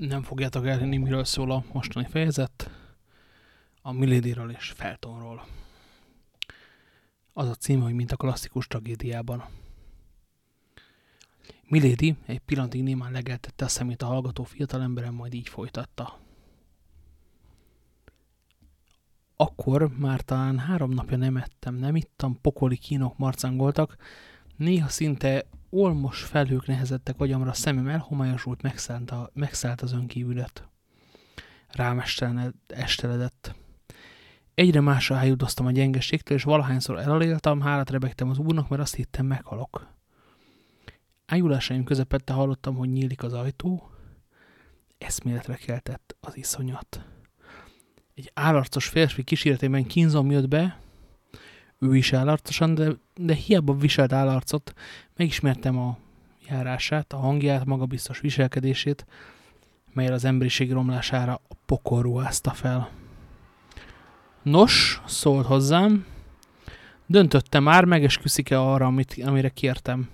Nem fogjátok elhinni, miről szól a mostani fejezet. A Miladyről és Feltonról. Az a címe, hogy mint a klasszikus tragédiában. Milady egy pillanatig némán legeltette a szemét a hallgató fiatalemberen, majd így folytatta. Akkor már talán 3 napja nem ettem, nem ittam, pokoli kínok marcangoltak, néha szinte olmos felhők nehezedtek agyamra, a szemem elhomályosult, megszállt az önkívület. Rám esteledett. Egyre másra hájúdoztam a gyengeségtől, és valahányszor elaléltam, hálát rebegtem az úrnak, mert azt hittem, meghalok. Ájulásaim közepette hallottam, hogy nyílik az ajtó. Eszméletre keltett az iszonyat. Egy állarcos férfi kíséretében kínzom jött be, ő is állarcosan, de hiába viselt állarcot, megismertem a járását, a hangját, magabiztos viselkedését, melyel az emberiség romlására a pokol ruházta fel. Nos, szólt hozzám, döntöttem már, megesküszik-e arra, amire kértem.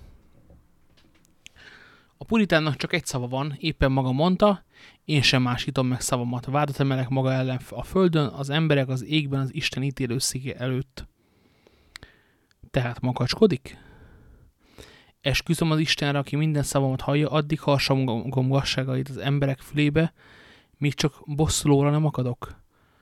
A puritánnak csak egy szava van, éppen maga mondta, én sem másítom meg szavamat. Vádat emelek maga ellen a földön, az emberek az égben, az Isten ítélőszéke előtt. Tehát makacskodik? Esküszöm az Istenre, aki minden szavamat hallja, addig harsam gomgasságait az emberek fülébe, míg csak bosszulóra nem akadok.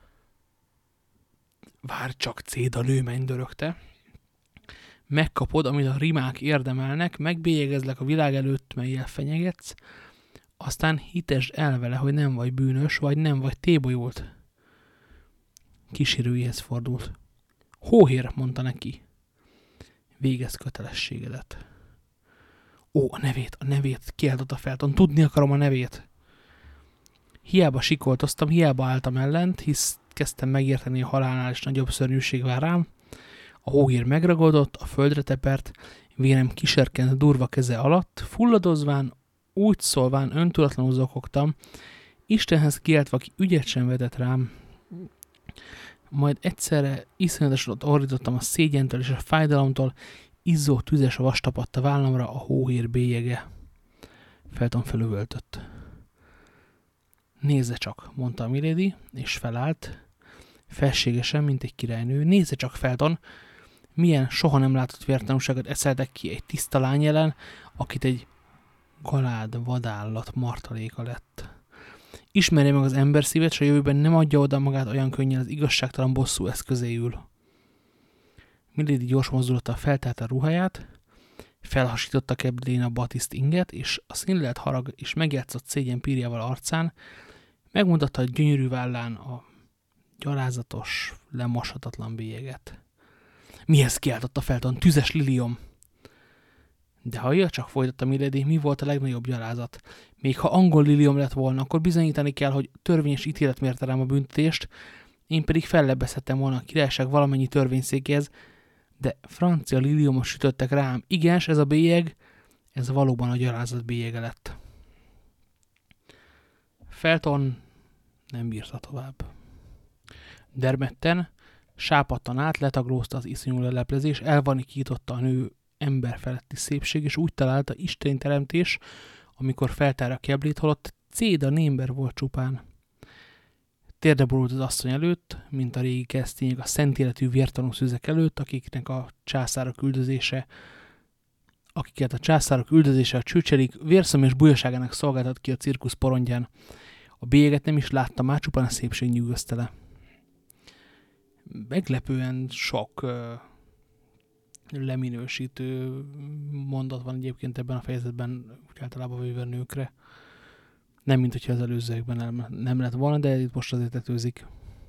Vár csak, Céda nő, mennydörögte. Megkapod, amit a rimák érdemelnek, megbélyegezlek a világ előtt, mellyel fenyegetsz, aztán hitesd el vele, hogy nem vagy bűnös, vagy nem vagy tébolyult. Kísérőjéhez fordult. Hóhér, mondta neki. Végezz kötelességedet. Ó, a nevét, kiáltotta Felton, tudni akarom a nevét. Hiába sikoltoztam, hiába álltam ellent, hisz kezdtem megérteni, a halálnál is nagyobb szörnyűség vár rám. A hóhér megragadott, a földre tepert, vérem kiserkent durva keze alatt, fulladozván, úgy szólván öntudatlanul zokogtam, Istenhez kiáltva, aki ügyet sem vetett rám. Majd egyszerre iszonyatosan ordítottam a szégyentől és a fájdalomtól, izzó tüzes vas tapadt a vállamra, a hóhér bélyege. Felton felüvöltött. Nézze csak, mondta a Milady, és felállt, felségesen, mint egy királynő. Nézze csak, Felton, milyen soha nem látott vértanúságot eszeltek ki egy tiszta lány ellen, akit egy galád vadállat martaléka lett. Ismerje meg az ember szívet, s a jövőben nem adja oda magát olyan könnyen az igazságtalan bosszú eszközéül. Milady gyors mozdulattal feltárta a ruháját, felhasította Keblén a batiszt inget, és a színlelt harag és megjátszott szégyen pírjával arcán, megmutatta a gyönyörű vállán a gyalázatos, lemoshatatlan bélyeget. Mihez kiáltotta Felton? Tüzes liliom! De hallja, csak folytatta Milady, mi volt a legnagyobb gyalázat? Még ha angol liliom lett volna, akkor bizonyítani kell, hogy törvényes ítélet mérte rám a büntetést, én pedig fellebbezhettem volna a királyság valamennyi törvényszékéhez, de francia liliomot sütöttek rám. Igens, ez a bélyeg, ez valóban a gyalázat bélyege lett. Felton nem bírta tovább. Dermedten, sápadtan át, letaglózta az iszonyú leleplezés, elvanikította a nő emberfeletti szépség, és úgy találta isteni teremtés, amikor feltárja Keblét, holott Céda némber volt csupán. Térdre borult az asszony előtt, mint a régi keresztények a szent életű vértanú szűzek előtt, akiket a császárok üldözése a csücselik, vérszom és bujaságának szolgáltat ki a cirkusz porondján. A bélyeget nem is látta, már csupán a szépség nyűgözte le. Meglepően sok leminősítő mondat van egyébként ebben a fejezetben, általában véve nőkre. Nem, mint hogyha az előzőekben nem lett volna, de itt most azért tetőzik.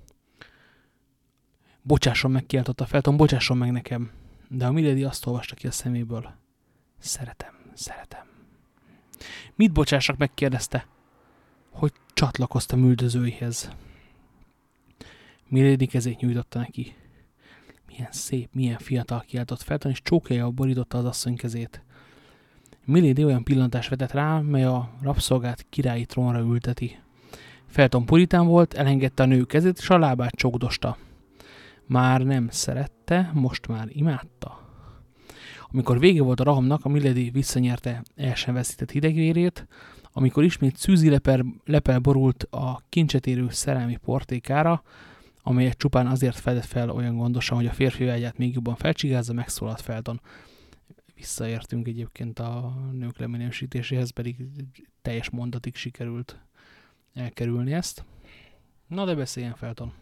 Bocsásson meg, kiáltotta Felton, bocsásson meg nekem. De a Milady azt olvasta ki a szeméből. Szeretem. Mit bocsássak meg, kérdezte, hogy csatlakoztam üldözőihez. Milady kezét nyújtotta neki. Milyen szép, milyen fiatal, kiáltott Felton, és csókjával borította az asszony kezét. Milady olyan pillantást vetett rá, mely a rabszolgát királyi trónra ülteti. Felton puritán volt, elengedte a nő kezét, és a lábát csókdosta. Már nem szerette, most már imádta. Amikor vége volt a rahamnak, a Milady visszanyerte el sem veszített hidegvérét, amikor ismét szűzi lepel borult a kincset érő szerelmi portékára, amelyet csupán azért fedett fel olyan gondosan, hogy a férfi vágyát még jobban felcsigázza, megszólalt Felton. Visszaértünk egyébként a nők leminősítéséhez, pedig teljes mondatig sikerült elkerülni ezt. Na de beszéljen Felton.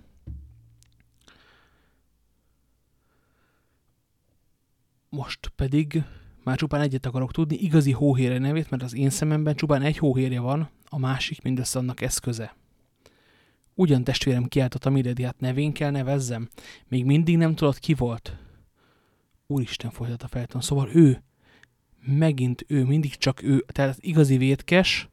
Most pedig már csupán egyet akarok tudni, igazi hóhérje nevét, mert az én szememben csupán egy hóhérje van, a másik mindössze annak eszköze. Ugyan testvérem kiáltotta Milady, hát nevén kell nevezzem. Még mindig nem tudod, ki volt. Úristen, folytatta Felton, szóval ő. Megint ő, mindig csak ő. Tehát az igazi vétkes,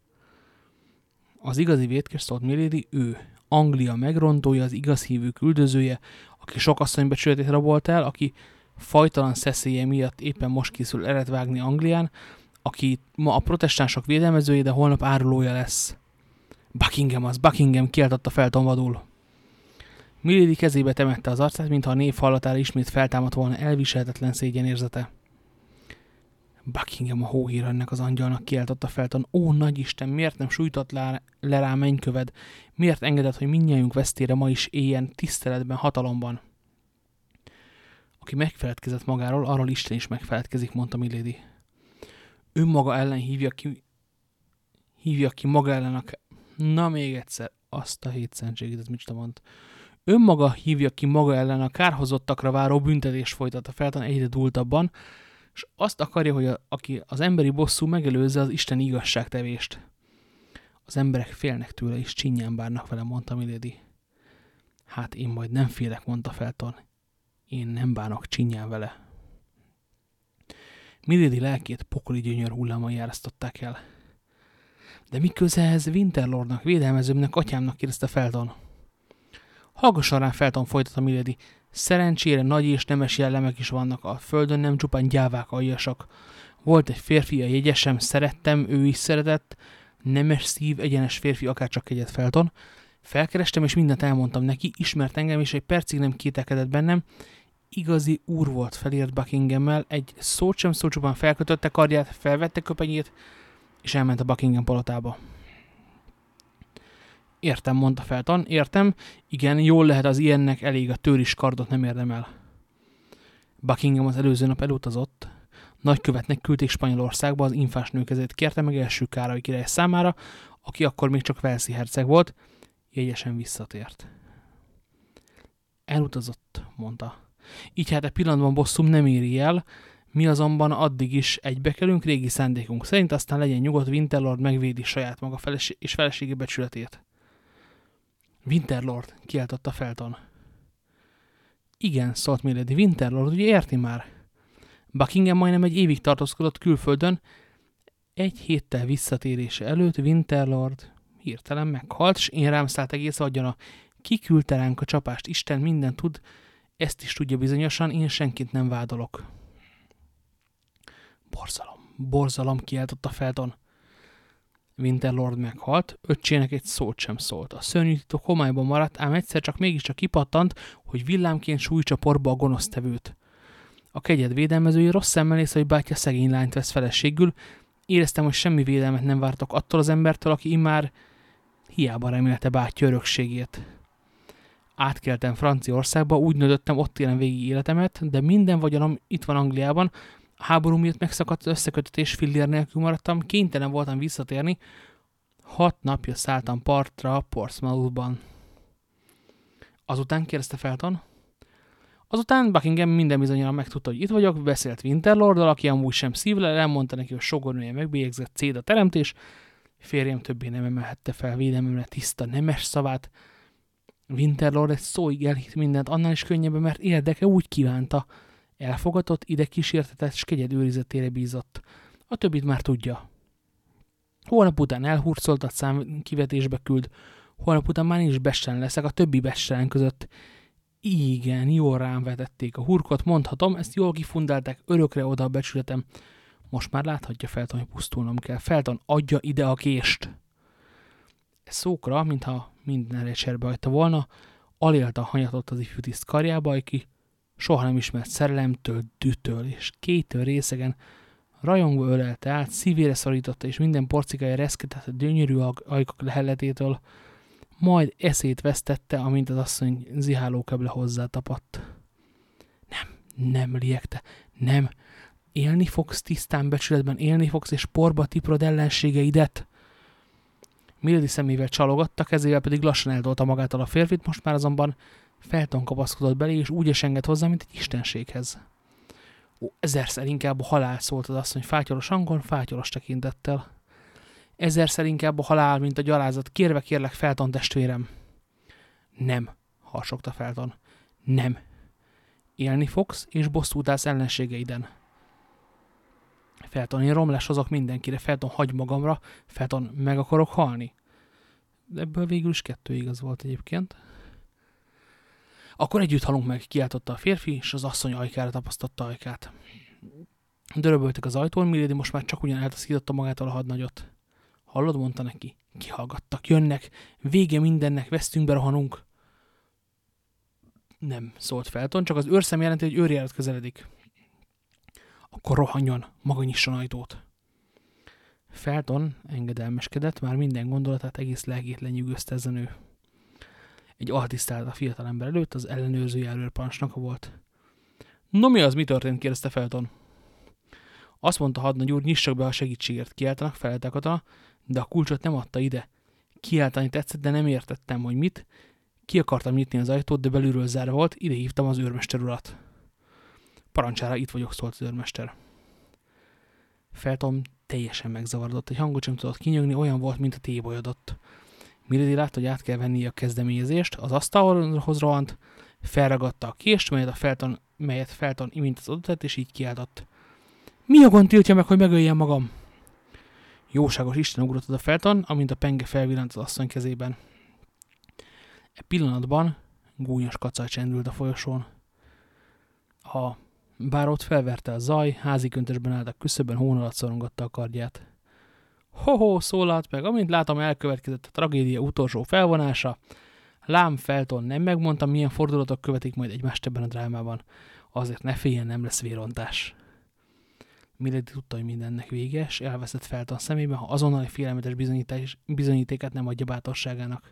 szólt Milady, ő. Anglia megrontója, az igaz hívő küldözője, aki sok asszony becsületét rabolt el, aki fajtalan szeszélye miatt éppen most készül eret vágni Anglián, aki ma a protestánsok védelmezője, de holnap árulója lesz. Buckingham, kiáltotta Felton vadul. Milady kezébe temette az arcát, mintha a név hallatára ismét feltámadt volna elviselhetetlen szégyenérzete. Buckingham a hóhír ennek az angyalnak, kiáltotta Felton. Ó, nagyisten, miért nem sújtott le rá mennyköved? Miért engedett, hogy mindnyájunk vesztére ma is éljen tiszteletben, hatalomban? Aki megfeledkezett magáról, arról Isten is megfeledkezik, mondta Milady. Önmaga ellen hívja ki maga ellen a... Na még egyszer, azt a hétszentségét, ez mit mond. Önmaga hívja ki maga ellen a kárhozottakra váró büntetés, folytatta Felton egyre dúltabban, és azt akarja, hogy aki az emberi bosszú megelőzze az isteni igazságtevést. Az emberek félnek tőle, és csinyán bánnak vele, mondta Milady. Hát én majd nem félek, mondta Felton. Én nem bánok csinyán vele. Milady lelkét pokoli gyönyör hullámai árasztották el. De mi köze ez Winterlordnak, védelmezőmnek, atyámnak, kérdezte Felton. Hallgasson rám, Felton, folytatta Milady. Szerencsére nagy és nemes jellemek is vannak, a földön nem csupán gyávák aljasak. Volt egy férfi, a jegyesem, szerettem, ő is szeretett, nemes szív, egyenes férfi, akárcsak kegyet Felton. Felkerestem, és mindent elmondtam neki, ismert engem, és egy percig nem kételkedett bennem. Igazi úr volt, felírt Buckinghammel, egy szót sem szó, csupán felkötötte kardját, felvette köpenyét, és elment a Buckingham palotába. Értem, mondta Felton, értem, igen, jól lehet, az ilyennek elég, a tőr is kardot nem érdemel. Buckingham az előző nap elutazott. Nagykövetnek küldték Spanyolországba, az infás nő kezét kérte meg első Károly király számára, aki akkor még csak Walesi herceg volt, jegyesen visszatért. Elutazott, mondta. Így hát egy pillanatban bosszum nem éri el, mi azonban addig is egybekerünk régi szándékunk szerint, aztán legyen nyugodt, Winterlord megvédi saját maga és felesége becsületét. Winterlord, kiáltotta Felton. Igen, szólt Milady, Winterlord, ugye érti már? Buckingham majdnem egy évig tartózkodott külföldön, egy héttel visszatérése előtt Winterlord hirtelen meghalt, és én rám szállt egész agyon kiküldte ránk a csapást, Isten mindent tud, ezt is tudja bizonyosan, én senkit nem vádolok. Borzalom, kiáltotta Felton. Winterlord meghalt, öccsének egy szót sem szólt. A szörnyű titok homályban maradt, ám egyszer csak mégiscsak kipattant, hogy villámként sújtsa porba a gonosztevőt. A kegyed védelmezői rossz szemmel észre, hogy bátyja szegény lányt vesz feleségül. Éreztem, hogy semmi védelmet nem vártok attól az embertől, aki immár hiába remélte bátyja örökségét. Átkeltem Franciaországba, úgy nőttem, ott élem végig életemet, de minden vagyonom itt van Angliában. A háború miatt megszakadt összekötetés, fillér nélkül maradtam, kénytelen voltam visszatérni. 6 napja szálltam partra Portsmouthban. Azután, kérdezte Felton. Azután Buckingham minden bizonnyal megtudta, hogy itt vagyok, beszélt Winterlorddal, aki amúgy sem szívlel, elmondta neki, hogy sógornője megbélyegzett céd a teremtés. Férjem többé nem emelhette fel védelmemre tiszta nemes szavát. Winterlord egy szóig elhitt mindent, annál is könnyebben, mert érdeke úgy kívánta. Elfogadott, ide kísértetett, s kegyed őrizetére bízott. A többit már tudja. Holnap után elhurcoltat, számkivetésbe küld. Holnap után már is besten leszek a többi bestelen között. Igen, jól rám vetették a hurkot, mondhatom, ezt jól kifundálták, örökre oda a becsületem. Most már láthatja Felton, hogy pusztulnom kell. Felton, adja ide a kést! Szókra, mintha mindenre cserbe hagyta volna, alélta hanyatott az ifjú tiszt karjába, aki soha nem ismert szerelemtől, dühtől és kétől részegen Rajongva ölelte át, szívére szorította, és minden porcikája reszketett a gyönyörű ajkak lehelletétől, majd eszét vesztette, amint az asszony zihálókeble hozzá tapadt. Nem, liegte, nem. Élni fogsz, tisztán becsületben élni fogsz, és porba tiprod ellenségeidet. Milady szemével csalogatta, kezével pedig lassan eltolta magától a férfit, most már azonban Felton kapaszkodott belé, és úgy esengett hozzá, mint egy istenséghez. Ó, ezerszer inkább a halál, szólt az asszony fátyolos hangon, fátyolos tekintettel. Ezerszer inkább a halál, mint a gyalázat. Kérlek, Felton testvérem. Nem, harsogta Felton. Nem. Élni fogsz, és bosszút állsz ellenségeiden. Felton, én romlás hozok mindenkire. Felton, hagyj magamra. Felton, meg akarok halni. De ebből végül is 2 igaz volt egyébként. Akkor együtt halunk meg, kiáltotta a férfi, és az asszony ajkára tapasztotta ajkát. Döröböltek az ajtón, Milady most már csak ugyan eltaszította magától a hadnagyot. Hallod, mondta neki. Kihallgattak, jönnek, vége mindennek, vesztünk, berohanunk. Nem, szólt Felton, csak az őrszem jelenti, hogy őrjárat közeledik. Akkor rohanjon, maga nyisson ajtót. Felton engedelmeskedett, már minden gondolatát, egész lelkét lenyűgözte ez a nő. Egy altisztállt a fiatalember előtt, az ellenőrző járőrparancsnoka volt. No mi az, mi történt, kérdezte Felton. Azt mondta hadnagy úr, nyissak be, ha segítségért kiáltanak, felelte a katona, de a kulcsot nem adta ide. Kiáltani tetszett, de nem értettem, hogy mit. Ki akartam nyitni az ajtót, de belülről zárva volt, ide hívtam az őrmester urat. Parancsára, itt vagyok, szólt az őrmester. Felton teljesen megzavarodott, egy hangot sem tudott kinyögni, olyan volt, mint a tébolyodott. Milady látta, hogy át kell vennie a kezdeményezést, az asztalhoz rohant, felragadta a kést, melyet Felton imént az adott, és így kiáltott. Mi jogon tiltja meg, hogy megöljem magam? Jóságos Isten, ugrott a Felton, amint a penge felvillant az asszony kezében. E pillanatban gúnyos kacaj csendült a folyosón. A bárót felverte a zaj, házi köntösben állt a küszöbben, hón alatt szorongatta a kardját. Ho-ho, szólalt meg, amint látom, elkövetkezett a tragédia utolsó felvonása. Lám, Felton, nem megmondtam, milyen fordulatok követik majd egymást ebben a drámában. Azért ne féljen, nem lesz vérontás. Milady tudta, hogy mindennek vége, és elveszett Felton szemében, ha azonnali félelmetes bizonyítékát nem adja bátorságának.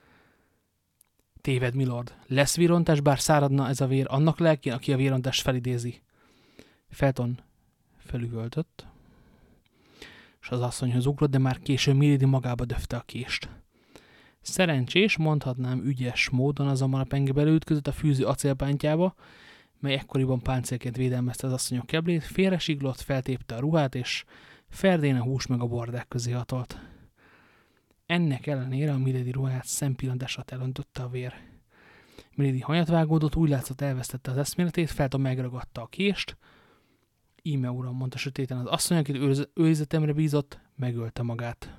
Téved, milord. Lesz vérontás, bár száradna ez a vér annak lelkén, aki a vérontást felidézi. Felton felüvöltött, és az asszonyhoz ugrott, de már később Milady magába döfte a kést. Szerencsés, mondhatnám ügyes módon azonban a penge beleütközött a fűző acélpántjába, mely ekkoriban páncélként védelmezte az asszonyok keblét, félresiglott, feltépte a ruhát, és ferdén a hús meg a bordák közé hatolt. Ennek ellenére a Milady ruháját szempillantásra elöntötte a vér. Milady hanyat vágódott, úgy látszott elvesztette az eszméletét, Felton megragadta a kést. Íme uram, mondta sötéten, az asszony, akit őrizetemre bízott, megölte magát.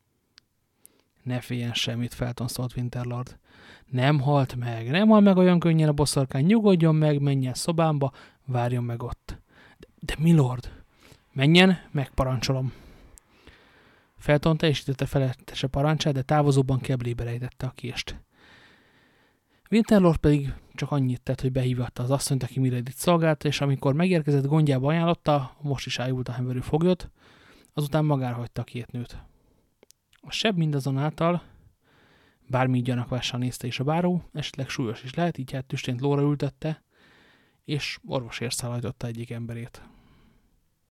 Ne féljen semmit, Felton, szólt Winterlord. Nem halt meg olyan könnyen a boszorkány, nyugodjon meg, menjen szobámba, várjon meg ott. De milord, menjen, megparancsolom. Felton teljesítette felettese parancsát, de távozóban keblébe rejtette a kést. Winterlord pedig csak annyit tett, hogy behívatta az asszonyt, aki Miladyt szolgálta, és amikor megérkezett, gondjába ajánlotta, most is ájult a hemverő foglyot, azután magára hagyta a 2 nőt. A seb mindazonáltal, bármi gyanakvással nézte is a báró, esetleg súlyos is lehet, így hát tüstént lóra ültette, és orvosért szállította egyik emberét.